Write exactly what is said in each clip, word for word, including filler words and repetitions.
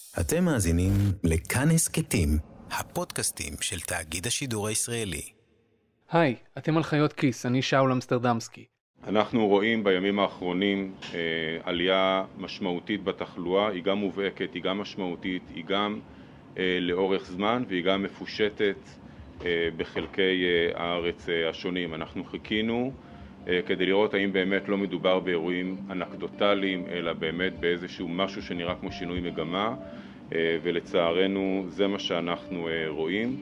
אתם מאזינים לכאן הסכתים, הפודקאסטים של תאגיד השידור הישראלי. היי, אתם על חיות כיס, אני שאול אמסטרדמסקי. אנחנו רואים בימים האחרונים אה, עלייה משמעותית בתחלואה, היא גם מובהקת, היא גם משמעותית, היא גם אה, לאורך זמן והיא גם מפושטת אה, בחלקי אה, הארץ אה, השונים. אנחנו חיכינו אה, כדי לראות האם באמת לא מדובר באירועים אנקדוטליים, אלא באמת באיזשהו משהו שנראה כמו שינוי מגמה, אה, ולצערנו זה מה שאנחנו אה, רואים.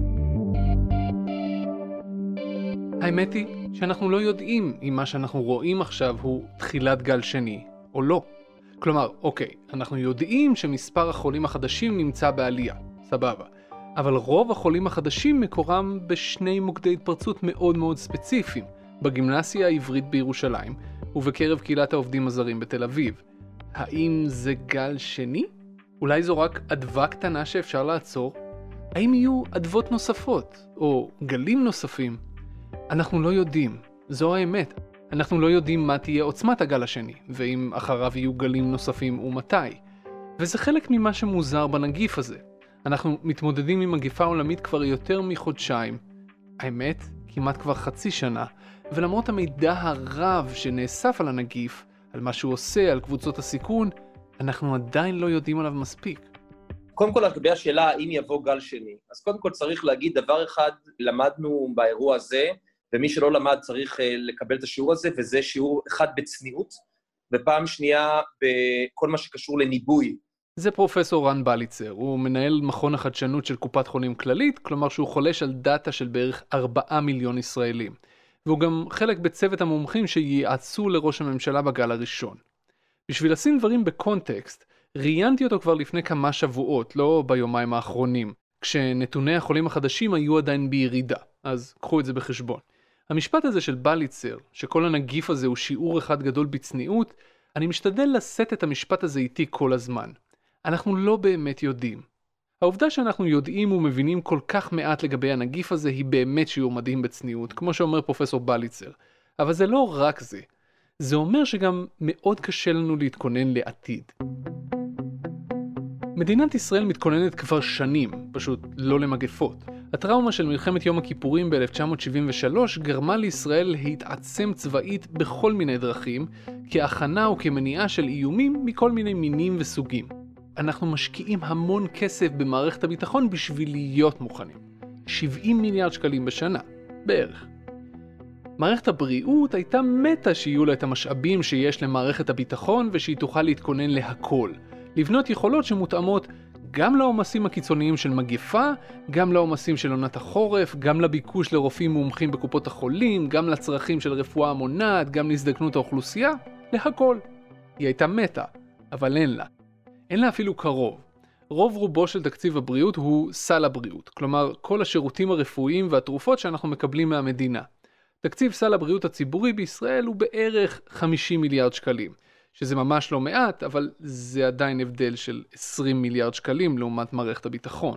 האמת היא שאנחנו לא יודעים אם מה שאנחנו רואים עכשיו הוא תחילת גל שני או לא. כלומר, אוקיי, אנחנו יודעים שמספר החולים החדשים נמצא בעלייה, סבבה. אבל רוב החולים החדשים מקורם בשני מוקדי התפרצות מאוד מאוד ספציפיים, בגימנסיה העברית בירושלים ובקרב קהילת העובדים הזרים בתל אביב. האם זה גל שני? אולי זו רק אדווה קטנה שאפשר לעצור? האם יהיו אדוות נוספות או גלים נוספים? אנחנו לא יודעים, זו האמת. אנחנו לא יודעים מה תהיה עוצמת הגל השני, ואם אחריו יהיו גלים נוספים ומתי. וזה חלק ממה שמוזר בנגיף הזה. אנחנו מתמודדים עם מגפה עולמית כבר יותר מחודשיים. האמת, כמעט כבר חצי שנה, ולמרות המידע הרב שנאסף על הנגיף, על מה שהוא עושה, על קבוצות הסיכון, אנחנו עדיין לא יודעים עליו מספיק. קודם כל, לגבי השאלה האם יבוא גל שני. אז קודם כל צריך להגיד דבר אחד, למדנו באירוע הזה, ומי שלא למד צריך לקבל את השיעור הזה, וזה שיעור אחד בצניעות, ופעם שנייה בכל מה שקשור לניבוי. זה פרופסור רן בליצר, הוא מנהל מכון החדשנות של קופת חולים כללית, כלומר שהוא חולש על דאטה של בערך ארבעה מיליון ישראלים. והוא גם חלק בצוות המומחים שייעצו לראש הממשלה בגל הראשון. בשביל לשים דברים בקונטקסט, ראיינתי אותו כבר לפני כמה שבועות, לא ביומיים האחרונים, כשנתוני החולים החדשים היו עדיין בירידה, אז קחו את זה בחשבון. המשפט הזה של בליצר, שכל הנגיף הזה הוא שיעור אחד גדול בצניעות, אני משתדל לשאת את המשפט הזה איתי כל הזמן. אנחנו לא באמת יודעים. העובדה שאנחנו יודעים ומבינים כל כך מעט לגבי הנגיף הזה היא באמת שיעור מדהים בצניעות, כמו שאומר פרופסור בליצר. אבל זה לא רק זה. זה אומר שגם מאוד קשה לנו להתכונן לעתיד. מדינת ישראל מתכוננת כבר שנים, פשוט לא למגפות. הטראומה של מלחמת יום הכיפורים ב-אלף תשע מאות שבעים ושלוש גרמה לישראל להתעצם צבאית בכל מיני דרכים, כהכנה או כמניעה של איומים מכל מיני מינים וסוגים. אנחנו משקיעים המון כסף במערכת הביטחון בשביל להיות מוכנים. שבעים מיליארד שקלים בשנה, בערך. מערכת הבריאות הייתה מתה שיהיו לה את המשאבים שיש למערכת הביטחון ושהיא תוכל להתכונן להכל. לבנות יכולות שמותאמות גם לעומסים הקיצוניים של מגפה, גם לעומסים של עונת החורף, גם לביקוש לרופאים מומחים בקופות החולים, גם לצרכים של רפואה המונעת, גם להזדקנות האוכלוסייה, להכל. היא הייתה מתה, אבל אין לה. אין לה אפילו קרוב. רוב רובו של תקציב הבריאות הוא סל הבריאות, כלומר כל השירותים הרפואיים והתרופות שאנחנו מקבלים מהמדינה. תקציב סל הבריאות הציבורי בישראל הוא בערך חמישים מיליארד שקלים. שזה ממש לא מעט, אבל זה עדיין הבדל של עשרים מיליארד שקלים לעומת מערכת הביטחון.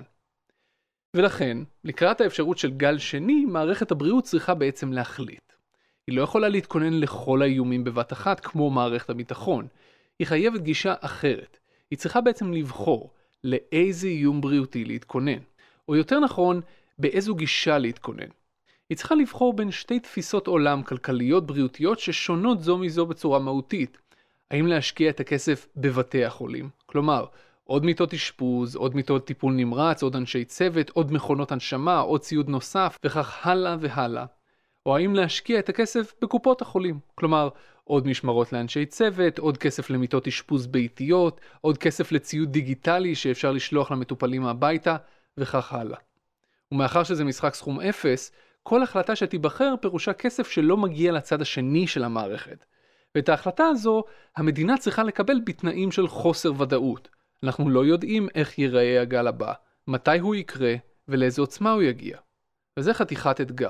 ולכן, לקראת האפשרות של גל שני, מערכת הבריאות צריכה בעצם להחליט. היא לא יכולה להתכונן לכל האיומים בבת אחת כמו מערכת הביטחון. היא חייבת גישה אחרת. היא צריכה בעצם לבחור לאיזה איום בריאותי להתכונן. או יותר נכון, באיזו גישה להתכונן. היא צריכה לבחור בין שתי תפיסות עולם כלכליות בריאותיות ששונות זו מזו בצורה מהותית. האם להשקיע את הכסף בבתי החולים? כלומר, עוד מיטות אשפוז, עוד מיטות טיפול נמרץ, עוד אנשי צוות, עוד מכונות הנשמה, עוד ציוד נוסף, וכך הלאה והלאה. או האם להשקיע את הכסף בקופות החולים? כלומר, עוד משמרות לאנשי צוות, עוד כסף למיטות אשפוז ביתיות, עוד כסף לציוד דיגיטלי שאפשר לשלוח למטופלים הביתה, וכך הלאה. ומאחר שזה משחק סכום אפס, כל החלטה שתיבחר פירושה כסף שלא מגיע לצד השני של המערכת. ואת ההחלטה הזו, המדינה צריכה לקבל בתנאים של חוסר ודאות. אנחנו לא יודעים איך ייראה הגל הבא, מתי הוא יקרה ולאיזו עוצמה הוא יגיע. וזה חתיכת אתגר.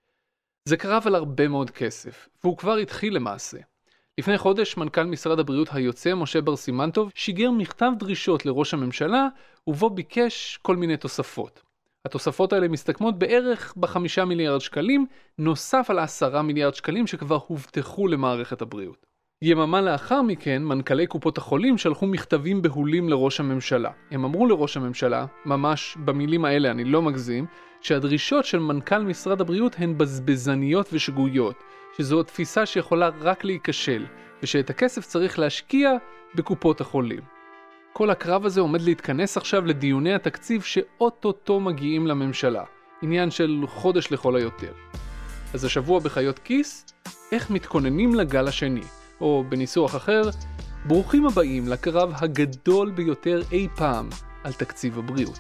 זה קרב על הרבה מאוד כסף, והוא כבר התחיל למעשה. לפני חודש מנכ"ל משרד הבריאות היוצא, משה בר סימן-טוב, שיגר מכתב דרישות לראש הממשלה, ובו ביקש כל מיני תוספות. התוספות האלה מסתכמות בערך בחמישה מיליארד שקלים, נוסף על עשרה מיליארד שקלים שכבר הובטחו למערכת הבריאות. יממה לאחר מכן, מנכ"לי קופות החולים שלחו מכתבים בהולים לראש הממשלה. הם אמרו לראש הממשלה, ממש במילים האלה, אני לא מגזים, שהדרישות של מנכ"ל משרד הבריאות הן בזבזניות ושגויות, שזו תפיסה שיכולה רק להיכשל, ושאת הכסף צריך להשקיע בקופות החולים. כל הקרב הזה עומד להתכנס עכשיו לדיוני התקציב שאוטוטו מגיעים לממשלה, עניין של חודש לכל היותר. אז השבוע בחיות כיס, איך מתכוננים לגל השני, או בניסוח אחר, ברוכים הבאים לקרב הגדול ביותר אי פעם על תקציב הבריאות.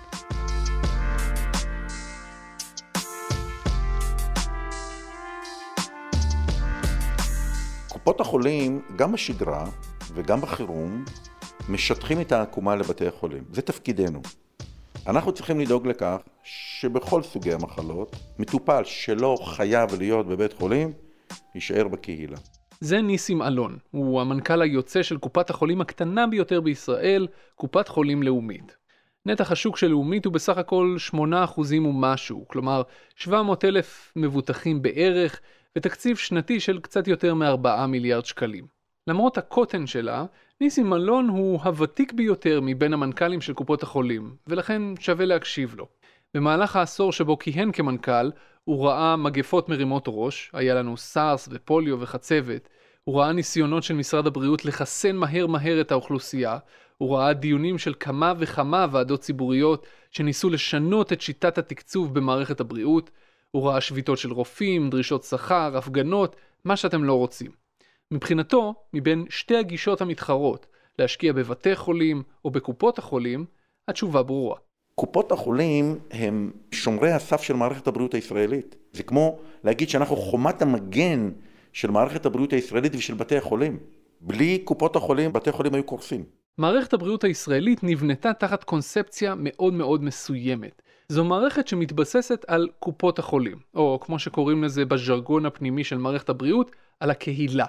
קופות החולים, גם בשגרה וגם בחירום, משטחים את העקומה לבתי החולים. זה תפקידנו. אנחנו צריכים לדאוג לכך שבכל סוגי המחלות, מטופל שלא חייב להיות בבית חולים, יישאר בקהילה. זה ניסים אלון, הוא המנכ"ל היוצא של קופת החולים הקטנה ביותר בישראל, קופת חולים לאומית. נתח השוק של לאומית הוא בסך הכל שמונה אחוזים ומשהו, כלומר שבע מאות אלף מבוטחים בערך, ותקציב שנתי של קצת יותר מ-ארבעה מיליארד שקלים. למרות הקוטן שלה, ניסים אלון הוא הוותיק ביותר מבין המנכ"לים של קופות החולים, ולכן שווה להקשיב לו. במהלך העשור שבו כיהן כמנכ"ל, הוא ראה מגפות מרימות ראש, היה לנו סארס ופוליו וחצבת, הוא ראה ניסיונות של משרד הבריאות לחסן מהר מהר את האוכלוסייה, הוא ראה דיונים של כמה וכמה ועדות ציבוריות שניסו לשנות את שיטת התקצוב במערכת הבריאות, הוא ראה שביתות של רופאים, דרישות שכר, הפגנות, מה שאתם לא רוצים. מבחינתו, מבין שתי הגישות המתחרות, להשקיע בבתי חולים או בקופות החולים, התשובה ברורה. קופות החולים הם שומרי הסף של מערכת הבריאות הישראלית. זה כמו להגיד שאנחנו חומת המגן של מערכת הבריאות הישראלית ושל בתי החולים. בלי קופות החולים, בתי החולים היו קורסים. מערכת הבריאות הישראלית נבנתה תחת קונספציה מאוד מאוד מסוימת. זו מערכת שמתבססת על קופות החולים, או כמו שקוראים לזה בז'רגון הפנימי של מערכת הבריאות, על הקהילה.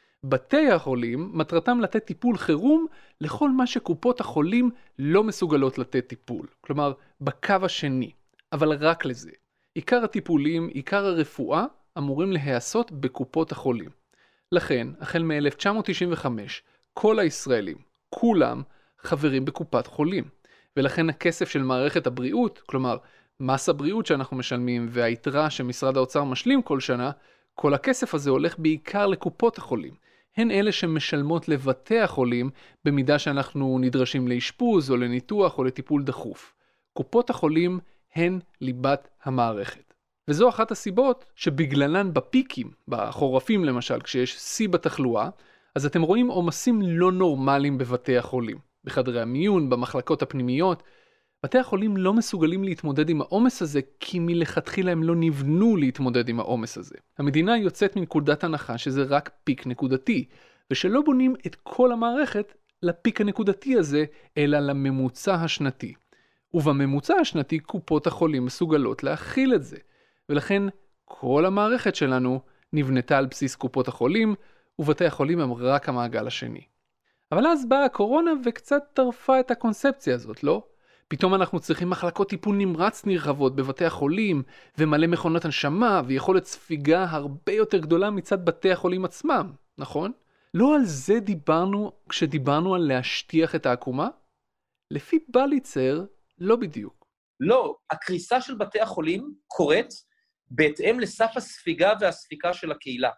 בתי החולים מטרתם לתת טיפול חירום לכל מה שקופות החולים לא מסוגלות לתת טיפול. כלומר, בקו השני, אבל רק לזה. עיקר הטיפולים, עיקר הרפואה, אמורים להיעשות בקופות החולים. לכן, החל מ-אלף תשע מאות תשעים וחמש, כל הישראלים, כולם חברים בקופת חולים. ולכן הכסף של מערכת הבריאות, כלומר, מס הבריאות שאנחנו משלמים והיתרה שמשרד האוצר משלים כל שנה, כל הכסף הזה הולך בעיקר לקופות החולים. הן אלה שמשלמות לבתי החולים במידה שאנחנו נדרשים לאשפוז או לניתוח או לטיפול דחוף. קופות החולים הן ליבת המערכת. וזו אחת הסיבות שבגללן בפיקים, בחורפים למשל, כשיש שיא בתחלואה, אז אתם רואים עומסים לא נורמליים בבתי החולים. בחדרי המיון, במחלקות הפנימיות, בתי החולים לא מסוגלים להתמודד עם העומס הזה, כי מלכתחילה הם לא נבנו להתמודד עם העומס הזה. המדינה יוצאת מנקודת הנחה שזה רק פיק נקודתי, ושלא בונים את כל המערכת לפיק הנקודתי הזה, אלא לממוצע השנתי. ובממוצע השנתי קופות החולים מסוגלות להכיל את זה. ולכן כל המערכת שלנו נבנתה על בסיס קופות החולים, ובתי החולים הם רק המעגל השני. אבל אז באה הקורונה וקצת טרפה את הקונספציה הזאת, לא? פתאום אנחנו צריכים מחלקות טיפול נמרץ נרחבות בבתי החולים, ומלא מכונות הנשמה, ויכולת ספיגה הרבה יותר גדולה מצד בתי החולים עצמם, נכון? לא על זה דיברנו כשדיברנו על להשטיח את העקומה? לפי בליצר, לא בדיוק. לא, הקריסה של בתי החולים קורית בהתאם לסף הספיגה והספיקה של הקהילה.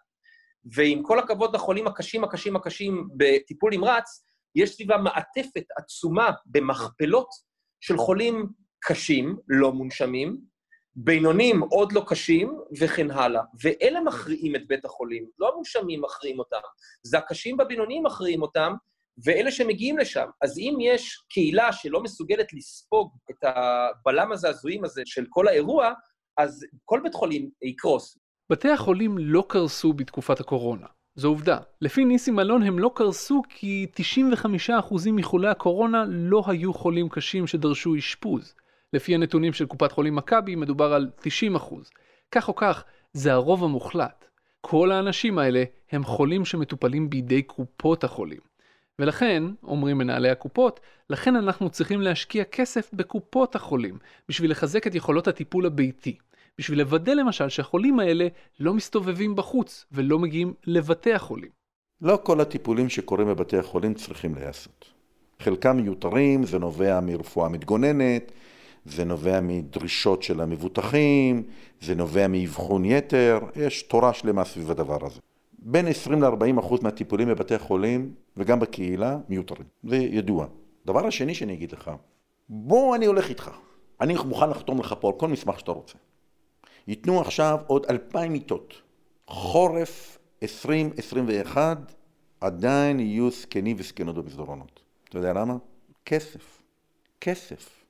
ועם כל הכבוד לחולים הקשים, הקשים, הקשים בטיפול נמרץ, יש סביבה מעטפת עצומה במכפלות של חולים קשים, לא מונשמים, בינונים עוד לא קשים, וכן הלאה. ואלה מכריעים את בית החולים, לא המונשמים מכריעים אותם, זה הקשים בבינונים מכריעים אותם, ואלה שמגיעים לשם. אז אם יש קהילה שלא מסוגלת לספוג את הבלם הזה, הזויים הזה של כל האירוע, אז כל בית חולים יקרוס. בתי החולים לא קרסו בתקופת הקורונה. זו עובדה. לפי ניסים אלון הם לא קרסו כי תשעים וחמישה אחוז מחולי הקורונה לא היו חולים קשים שדרשו אשפוז. לפי הנתונים של קופת חולים מכבי מדובר על תשעים אחוז. כך או כך, זה הרוב המוחלט. כל האנשים האלה הם חולים שמטופלים בידי קופות החולים. ולכן, אומרים מנהלי הקופות, לכן אנחנו צריכים להשקיע כסף בקופות החולים, בשביל לחזק את יכולות הטיפול הביתי. בשביל לוודא למשל שהחולים האלה לא מסתובבים בחוץ ולא מגיעים לבתי החולים. לא כל הטיפולים שקורים בבתי החולים צריכים להיעשות. חלקם מיותרים, זה נובע מרפואה מתגוננת, זה נובע מדרישות של המבוטחים, זה נובע מאבחון יתר, יש תורה שלמה סביב הדבר הזה. בין עשרים ל-ארבעים אחוז מהטיפולים בבתי החולים וגם בקהילה מיותרים, זה ידוע. דבר השני שאני אגיד לך, בוא אני הולך איתך, אני מוכן לחתום לך פה על כל מסמך שאתה רוצה. ייתנו עכשיו עוד אלפיים מיטות, חורף עשרים עשרים ואחת, עדיין יהיו זקנים וזקנות במסדרונות. אתה יודע למה? כסף. כסף.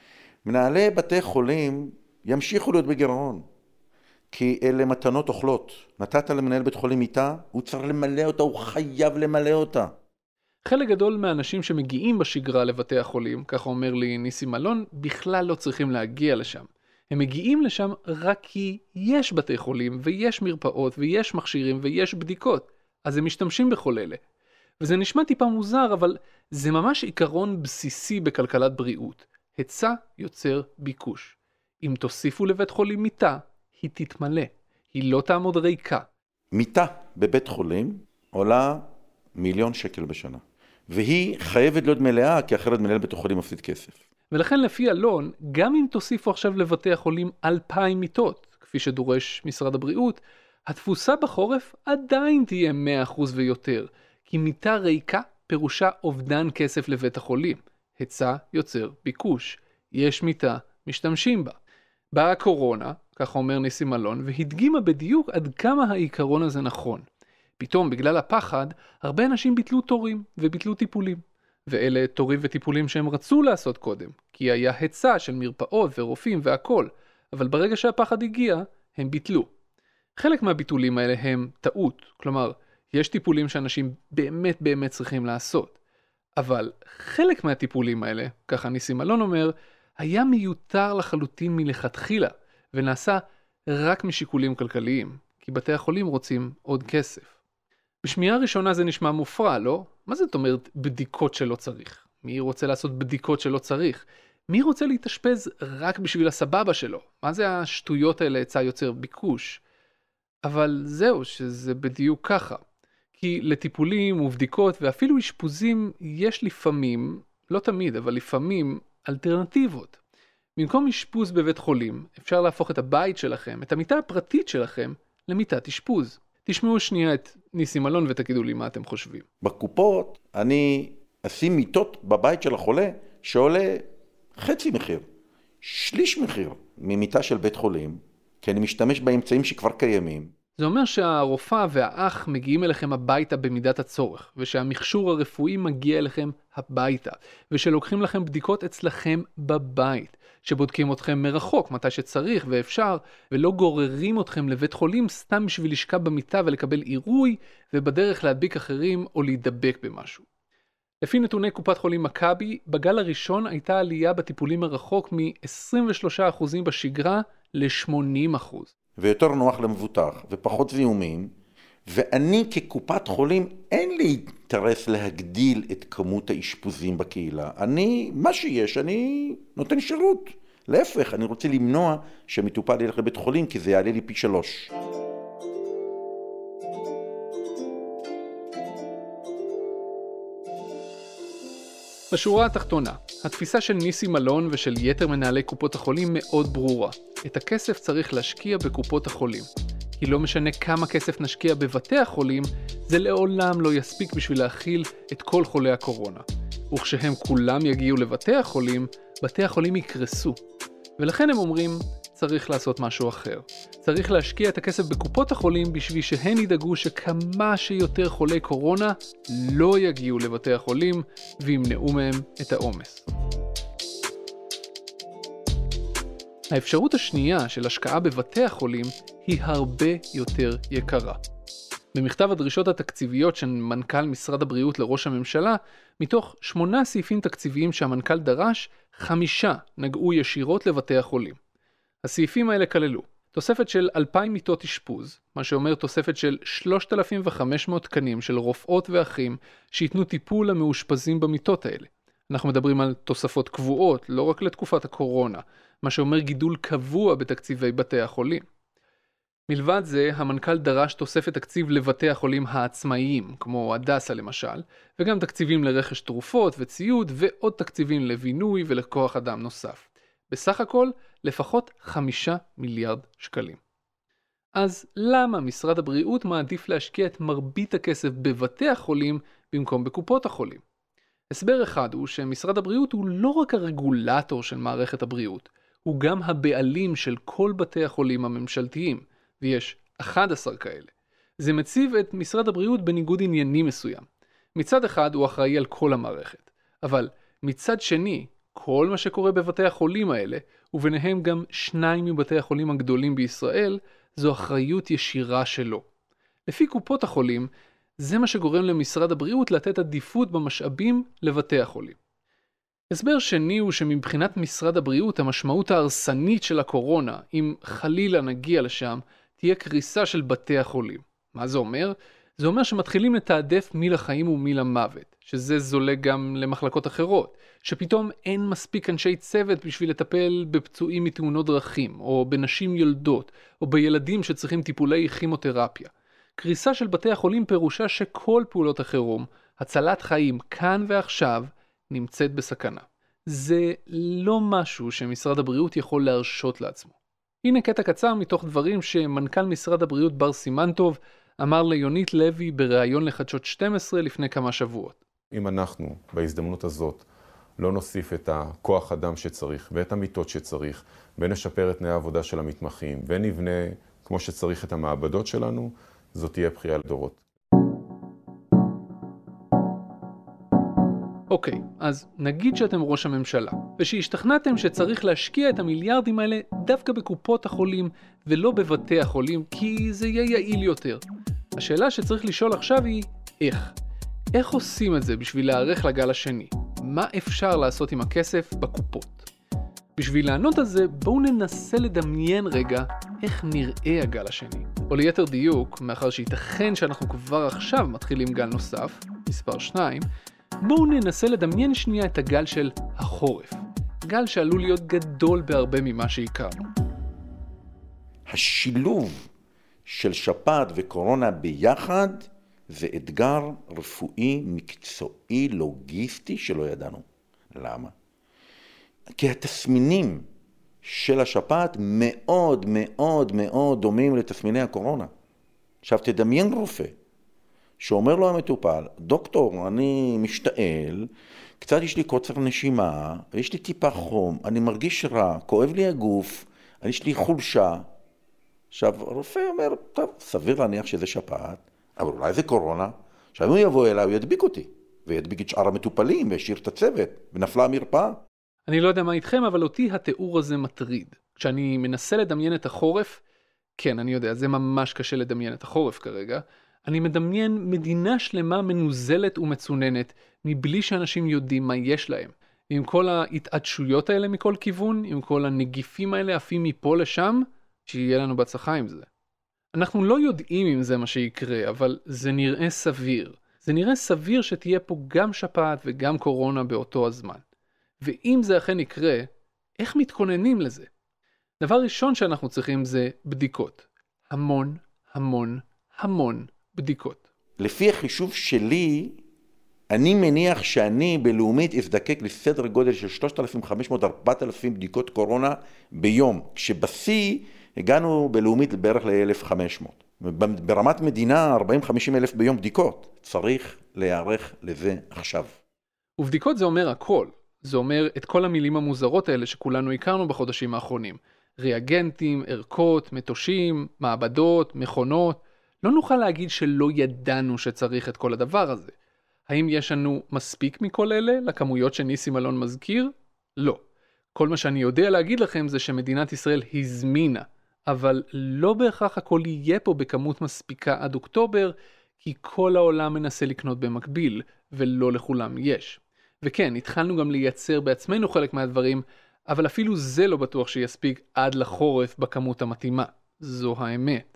מנהלי בתי חולים ימשיכו להיות בגירעון, כי אלה מתנות אוכלות. נתת למנהל בית חולים מיטה, הוא צריך למלא אותה, הוא חייב למלא אותה. חלק גדול מהאנשים שמגיעים בשגרה לבתי החולים, ככה אומר לי ניסים אלון, בכלל לא צריכים להגיע לשם. הם מגיעים לשם רק כי יש בתי חולים ויש מרפאות ויש מכשירים ויש בדיקות, אז הם משתמשים בכל אלה. וזה נשמע טיפה מוזר, אבל זה ממש עיקרון בסיסי בכלכלת בריאות. היצע יוצר ביקוש. אם תוסיפו לבית חולים מיטה, היא תתמלא. היא לא תעמוד ריקה. מיטה בבית חולים עולה מיליון שקל בשנה. והיא חייבת להיות מלאה, כי אחרת מנהל בית החולים מפסיד כסף. ולכן לפי אלון, גם אם תוסיפו עכשיו לבתי החולים אלפיים מיטות, כפי שדורש משרד הבריאות, התפוסה בחורף עדיין תהיה מאה אחוז ויותר, כי מיטה ריקה פירושה אובדן כסף לבית החולים. היצע יוצר ביקוש. יש מיטה, משתמשים בה. באה הקורונה, כך אומר ניסים אלון, והדגימה בדיוק עד כמה העיקרון הזה נכון. פתאום, בגלל הפחד, הרבה אנשים ביטלו תורים וביטלו טיפולים. ואלה תורים וטיפולים שהם רצו לעשות קודם, כי היה היצע של מרפאות ורופאים והכל, אבל ברגע שהפחד הגיע, הם ביטלו. חלק מהביטולים האלה הם טעות, כלומר, יש טיפולים שאנשים באמת באמת צריכים לעשות. אבל חלק מהטיפולים האלה, ככה ניסים אלון אומר, היה מיותר לחלוטין מלכתחילה, ונעשה רק משיקולים כלכליים, כי בתי החולים רוצים עוד כסף. בשמיעה ראשונה זה נשמע מופרע, לא? מה זאת אומרת בדיקות שלא צריך? מי רוצה לעשות בדיקות שלא צריך? מי רוצה להתאשפז רק בשביל הסבבה שלו? מה זה השטויות האלה היצע יוצר ביקוש? אבל זהו, שזה בדיוק ככה. כי לטיפולים ובדיקות ואפילו אשפוזים יש לפעמים, לא תמיד, אבל לפעמים אלטרנטיבות. במקום אשפוז בבית חולים, אפשר להפוך את הבית שלכם, את המיטה הפרטית שלכם, למיטת אשפוז. תשמעו שנייה את ניסים אלון ותגידו לי מה אתם חושבים. בקופות אני אשים מיטות בבית של החולה שעולה חצי מחיר, שליש מחיר ממיטה של בית חולים, כי אני משתמש באמצעים שכבר קיימים. זה אומר שהרופאה והאח מגיעים אליכם הביתה במידת הצורך, ושהמכשור הרפואי מגיע אליכם הביתה, ושלוקחים לכם בדיקות אצלכם בבית, שבודקים אתכם מרחוק מתי שצריך ואפשר, ולא גוררים אתכם לבית חולים סתם בשביל לשכב במיטה ולקבל עירוי, ובדרך להדביק אחרים או להידבק במשהו. לפי נתוני קופת חולים מכבי, בגל הראשון הייתה עלייה בטיפולים מרחוק מ-עשרים ושלושה אחוז בשגרה ל-שמונים אחוז. ויותר נוח למבוטח, ופחות זיהומים, ואני כקופת חולים, אין לי אינטרס להגדיל את כמות האשפוזים בקהילה. אני, מה שיש, אני נותן שירות. להפך, אני רוצה למנוע שמטופל ילך לבית חולים, כי זה יעלה לי פי שלוש. בשורה התחתונה, התפיסה של ניסים אלון ושל יתר מנהלי קופות החולים מאוד ברורה. את הכסף צריך להשקיע בקופות החולים. כי לא משנה כמה כסף נשקיע בבתי החולים, זה לעולם לא יספיק בשביל להכיל את כל חולי הקורונה. וכשהם כולם יגיעו לבתי החולים, בתי החולים יקרסו. ולכן הם אומרים, צריך לעשות משהו אחר. צריך להשקיע את הכסף בקופות החולים בשביל שהן ידאגו שכמה שיותר חולי קורונה לא יגיעו לבתי החולים וימנעו מהם את העומס. האפשרות השנייה של השקעה בבתי החולים היא הרבה יותר יקרה. במכתב הדרישות התקציביות של מנכ"ל משרד הבריאות לראש הממשלה, מתוך שמונה סעיפים תקציביים שהמנכ"ל דרש, חמישה נגעו ישירות לבתי החולים. הסעיפים האלה כללו תוספת של אלפיים מיטות אשפוז, מה שאומר תוספת של שלושת אלפים וחמש מאות תקנים של רופאות ואחים שיתנו טיפול למאושפזים במיטות האלה. אנחנו מדברים על תוספות קבועות, לא רק לתקופת הקורונה, מה שאומר גידול קבוע בתקציבי בתי החולים. מלבד זה, המנכ"ל דרש תוספת תקציב לבתי החולים העצמאיים, כמו הדסה למשל, וגם תקציבים לרכש תרופות וציוד, ועוד תקציבים לבינוי ולכוח אדם נוסף. בסך הכל, לפחות חמישה מיליארד שקלים. אז למה משרד הבריאות מעדיף להשקיע את מרבית הכסף בבתי החולים במקום בקופות החולים? הסבר אחד הוא שמשרד הבריאות הוא לא רק הרגולטור של מערכת הבריאות, הוא גם הבעלים של כל בתי החולים הממשלתיים, ויש אחד עשר כאלה. זה מציב את משרד הבריאות בניגוד עניינים מסוים. מצד אחד הוא אחראי על כל המערכת, אבל מצד שני, כל מה שקורה בבתי החולים האלה, וביניהם גם שניים מבתי החולים הגדולים בישראל, זו אחריות ישירה שלו. לפי קופות החולים, זה מה שגורם למשרד הבריאות לתת עדיפות במשאבים לבתי החולים. הסבר שני הוא שמבחינת משרד הבריאות המשמעות ההרסנית של הקורונה, אם חלילה נגיע לשם, תהיה קריסה של בתי החולים. מה זה אומר? זה אומר שמתחילים לתעדף מי לחיים ומי למוות, שזה זולג גם למחלקות אחרות, שפתאום אין מספיק אנשי צוות בשביל לטפל בפצועים מתאונות דרכים, או בנשים יולדות, או בילדים שצריכים טיפולי כימותרפיה. קריסה של בתי החולים פירושה שכל פעולות החירום, הצלת חיים כאן ועכשיו, נמצאת בסכנה. זה לא משהו שמשרד הבריאות יכול להרשות לעצמו. הנה קטע קצר מתוך דברים שמנכ"ל משרד הבריאות בר סימנטוב אמר ליונית לוי בריאיון לחדשות שתים עשרה לפני כמה שבועות. אם אנחנו בהזדמנות הזאת לא נוסיף את הכוח אדם שצריך ואת המיטות שצריך, ונשפר את תנאי העבודה של המתמחים, ונבנה כמו שצריך את המעבדות שלנו, זאת תהיה בכייה לדורות. אוקיי, אז נגיד שאתם ראש הממשלה, ושהשתכנעתם שצריך להשקיע את המיליארדים האלה דווקא בקופות החולים ולא בבתי החולים, כי זה יהיה יעיל יותר. השאלה שצריך לשאול עכשיו היא, איך? איך עושים את זה בשביל להיערך לגל השני? מה אפשר לעשות עם הכסף בקופות? בשביל לענות על זה, בואו ננסה לדמיין רגע איך נראה הגל השני. או ליתר דיוק, מאחר שייתכן שאנחנו כבר עכשיו מתחילים גל נוסף, מספר שניים, בואו ננסה לדמיין שנייה את הגל של החורף. גל שעלול להיות גדול בהרבה ממה שהכרנו. השילוב של שפעת וקורונה ביחד זה אתגר רפואי, מקצועי, לוגיסטי שלא ידענו. למה? כי התסמינים של השפעת מאוד מאוד מאוד דומים לתסמיני הקורונה. עכשיו תדמיין רופא שאומר לו המטופל, דוקטור, אני משתעל, קצת יש לי קוצר נשימה, יש לי טיפה חום, אני מרגיש רע, כואב לי הגוף, יש לי חולשה. עכשיו, הרופא אומר, טוב, סביר להניח שזה שפעת, אבל אולי זה קורונה. עכשיו, אם הוא יבוא אליי, הוא ידביק אותי, וידביק את שאר המטופלים, וישאיר את הצוות, ונפלה המרפאה. אני לא יודע מה איתכם, אבל אותי התיאור הזה מטריד. כשאני מנסה לדמיין את החורף, כן, אני יודע, זה ממש קשה לדמיין את החורף כרגע, אני מדמיין מדינה שלמה מנוזלת ומצוננת, מבלי שאנשים יודעים מה יש להם. עם כל ההתעדשויות האלה מכל כיוון, עם כל הנגיפים האלה עפים מפה לשם, שיהיה לנו בהצלחה עם זה. אנחנו לא יודעים אם זה מה שיקרה, אבל זה נראה סביר. זה נראה סביר שתהיה פה גם שפעת וגם קורונה באותו הזמן. ואם זה אכן יקרה, איך מתכוננים לזה? דבר ראשון שאנחנו צריכים זה בדיקות. המון, המון, המון בדיקות. לפי החישוב שלי, אני מניח שאני בלאומית אזדקק לסדר גודל של שלושת אלפים וחמש מאות עד ארבעת אלפים בדיקות קורונה ביום, כשבשיא הגענו בלאומית בערך ל-אלף וחמש מאות. ברמת מדינה ארבעים חמישים אלף ביום בדיקות. צריך להיערך לזה עכשיו. ובדיקות זה אומר הכל. זה אומר את כל המילים המוזרות האלה שכולנו הכרנו בחודשים האחרונים. ריאגנטים, ערכות, מטושים, מעבדות, מכונות. לא נוכל להגיד שלא ידענו שצריך את כל הדבר הזה. האם יש לנו מספיק מכל אלה לכמויות שניסים אלון מזכיר? לא. כל מה שאני יודע להגיד לכם זה שמדינת ישראל הזמינה, אבל לא בהכרח הכל יהיה פה בכמות מספיקה עד אוקטובר, כי כל העולם מנסה לקנות במקביל, ולא לכולם יש. וכן, התחלנו גם לייצר בעצמנו חלק מהדברים, אבל אפילו זה לא בטוח שיספיק עד לחורף בכמות המתאימה. זו האמת.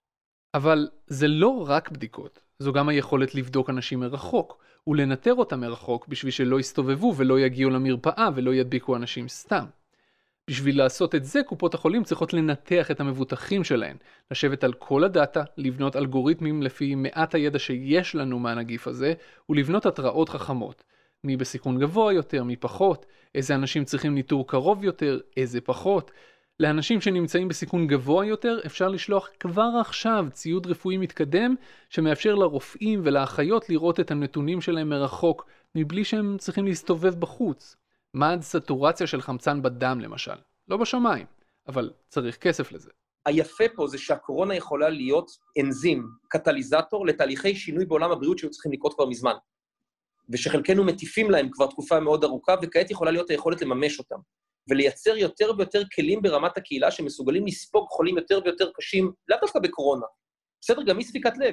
אבל זה לא רק בדיקות, זו גם היכולת לבדוק אנשים מרחוק, ולנטר אותם מרחוק בשביל שלא יסתובבו ולא יגיעו למרפאה ולא ידביקו אנשים סתם. בשביל לעשות את זה, קופות החולים צריכות לנתח את המבוטחים שלהן, לשבת על כל הדאטה, לבנות אלגוריתמים לפי מעט הידע שיש לנו מהנגיף הזה, ולבנות התראות חכמות. מי בסיכון גבוה יותר, מי פחות, איזה אנשים צריכים ניטור קרוב יותר, איזה פחות. לאנשים שנמצאים בסיכון גבוה יותר, אפשר לשלוח כבר עכשיו ציוד רפואי מתקדם, שמאפשר לרופאים ולאחיות לראות את הנתונים שלהם מרחוק, מבלי שהם צריכים להסתובב בחוץ. מד סטורציה של חמצן בדם למשל. לא בשמיים, אבל צריך כסף לזה. היפה פה זה שהקורונה יכולה להיות אנזים, קטליזטור לתהליכי שינוי בעולם הבריאות שהיו צריכים לקרות כבר מזמן. ושחלקנו מטיפים להם כבר תקופה מאוד ארוכה, וכעת יכולה להיות היכולת לממש אותם. ולייצר יותר ויותר כלים ברמת הקהילה שמסוגלים לספוג חולים יותר ויותר קשים, לא דווקא בקורונה. בסדר, גם מספיקת לב.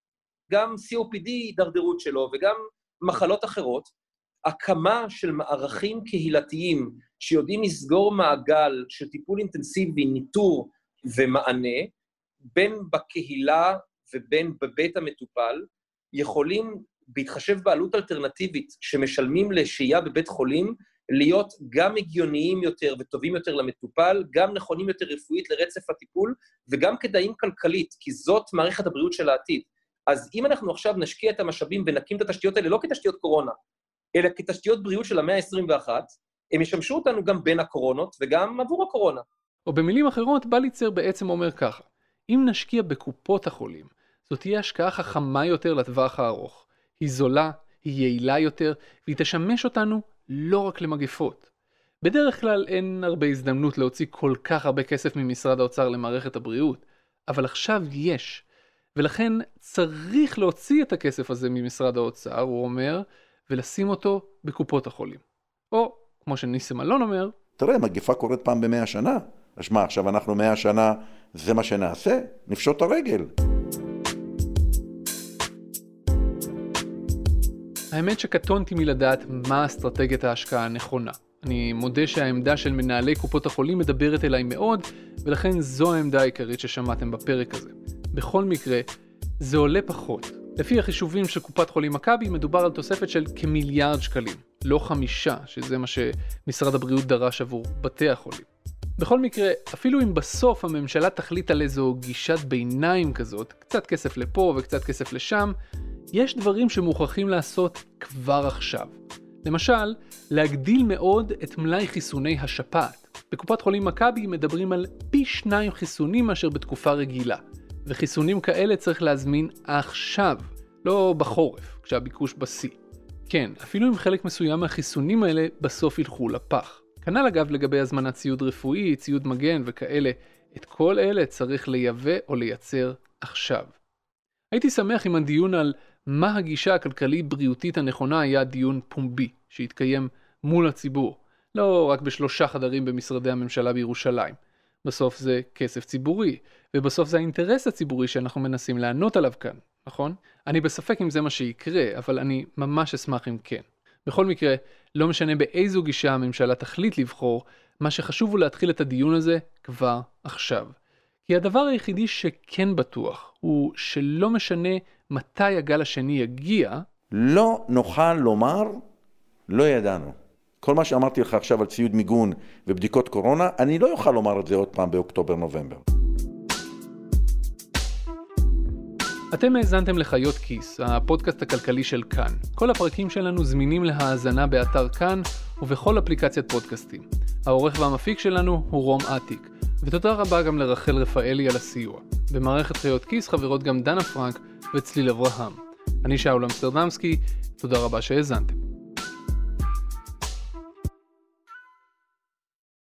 גם סי או פי די דרדרות שלו, וגם מחלות אחרות. הקמה של מערכים קהילתיים שיודעים לסגור מעגל של טיפול אינטנסיבי, ניטור ומענה, בין בקהילה ובין בבית המטופל, יכולים, בהתחשב בעלות אלטרנטיבית שמשלמים לשהייה בבית חולים, להיות גם הגיוניים יותר וטובים יותר למטופל, גם נכונים יותר רפואית לרצף הטיפול, וגם כדאיים כלכלית, כי זאת מערכת הבריאות של העתיד. אז אם אנחנו עכשיו נשקיע את המשאבים ונקים את התשתיות האלה, לא כתשתיות קורונה, אלא כתשתיות בריאות של המאה ה-עשרים ואחת, הם ישמשו אותנו גם בין הקורונות וגם עבור הקורונה. או במילים אחרות, בליצר בעצם אומר ככה, אם נשקיע בקופות החולים, זאת תהיה השקעה חכמה יותר לטווח הארוך. היא זולה, היא יעילה יותר, והיא תשמש אותנו לא רק למגפות. בדרך כלל אין הרבה הזדמנות להוציא כל כך הרבה כסף ממשרד האוצר למערכת הבריאות, אבל עכשיו יש. ולכן צריך להוציא את הכסף הזה ממשרד האוצר, הוא אומר, ולשים אותו בקופות החולים. או, כמו שניסים אלון אומר, תראה, מגפה קורית פעם במאה שנה. אז מה, עכשיו אנחנו מאה שנה, זה מה שנעשה? נפשוט את הרגל. האמת שקטונתי מלדעת מה אסטרטגיית ההשקעה הנכונה. אני מודה שהעמדה של מנהלי קופות החולים מדברת אליי מאוד, ולכן זו העמדה העיקרית ששמעתם בפרק הזה. בכל מקרה, זה עולה פחות. לפי החישובים של קופת חולים מכבי, מדובר על תוספת של כמיליארד שקלים, לא חמישה, שזה מה שמשרד הבריאות דרש עבור בתי החולים. בכל מקרה, אפילו אם בסוף הממשלה תחליט על איזו גישת ביניים כזאת, קצת כסף לפה וקצת כסף לשם, יש דברים שמוכרחים לעשות כבר עכשיו. למשל, להגדיל מאוד את מלאי חיסוני השפעת. בקופת חולים מכבי מדברים על פי שניים חיסונים מאשר בתקופה רגילה. וחיסונים כאלה צריך להזמין עכשיו, לא בחורף, כשהביקוש בשיא. כן, אפילו אם חלק מסוים מהחיסונים האלה בסוף ילכו לפח. כנ"ל אגב לגבי הזמנת ציוד רפואי, ציוד מגן וכאלה, את כל אלה צריך לייבא או לייצר עכשיו. הייתי שמח אם הדיון על מה הגישה הכלכלית-בריאותית הנכונה היה דיון פומבי, שהתקיים מול הציבור, לא רק בשלושה חדרים במשרדי הממשלה בירושלים. בסוף זה כסף ציבורי, ובסוף זה האינטרס הציבורי שאנחנו מנסים לענות עליו כאן, נכון? אני בספק אם זה מה שיקרה, אבל אני ממש אשמח אם כן. בכל מקרה, לא משנה באיזו גישה הממשלה תחליט לבחור, מה שחשוב הוא להתחיל את הדיון הזה כבר עכשיו. כי הדבר היחידי שכן בטוח, הוא שלא משנה מתי הגל השני יגיע, לא נוכל לומר, לא ידענו. כל מה שאמרתי לך עכשיו על ציוד מיגון ובדיקות קורונה, אני לא יוכל לומר את זה עוד פעם באוקטובר-נובמבר. אתם האזנתם לחיות כיס, הפודקאסט הכלכלי של כאן. כל הפרקים שלנו זמינים להאזנה באתר כאן ובכל אפליקציית פודקאסטים. העורך והמפיק שלנו הוא רום עתיק. ותודה רבה גם לרחל רפאלי על הסיוע. במערכת חיות כיס חברות גם דנה פרנק וצליל אברהם. אני שאול אמסטרדמסקי, תודה רבה שהאזנתם.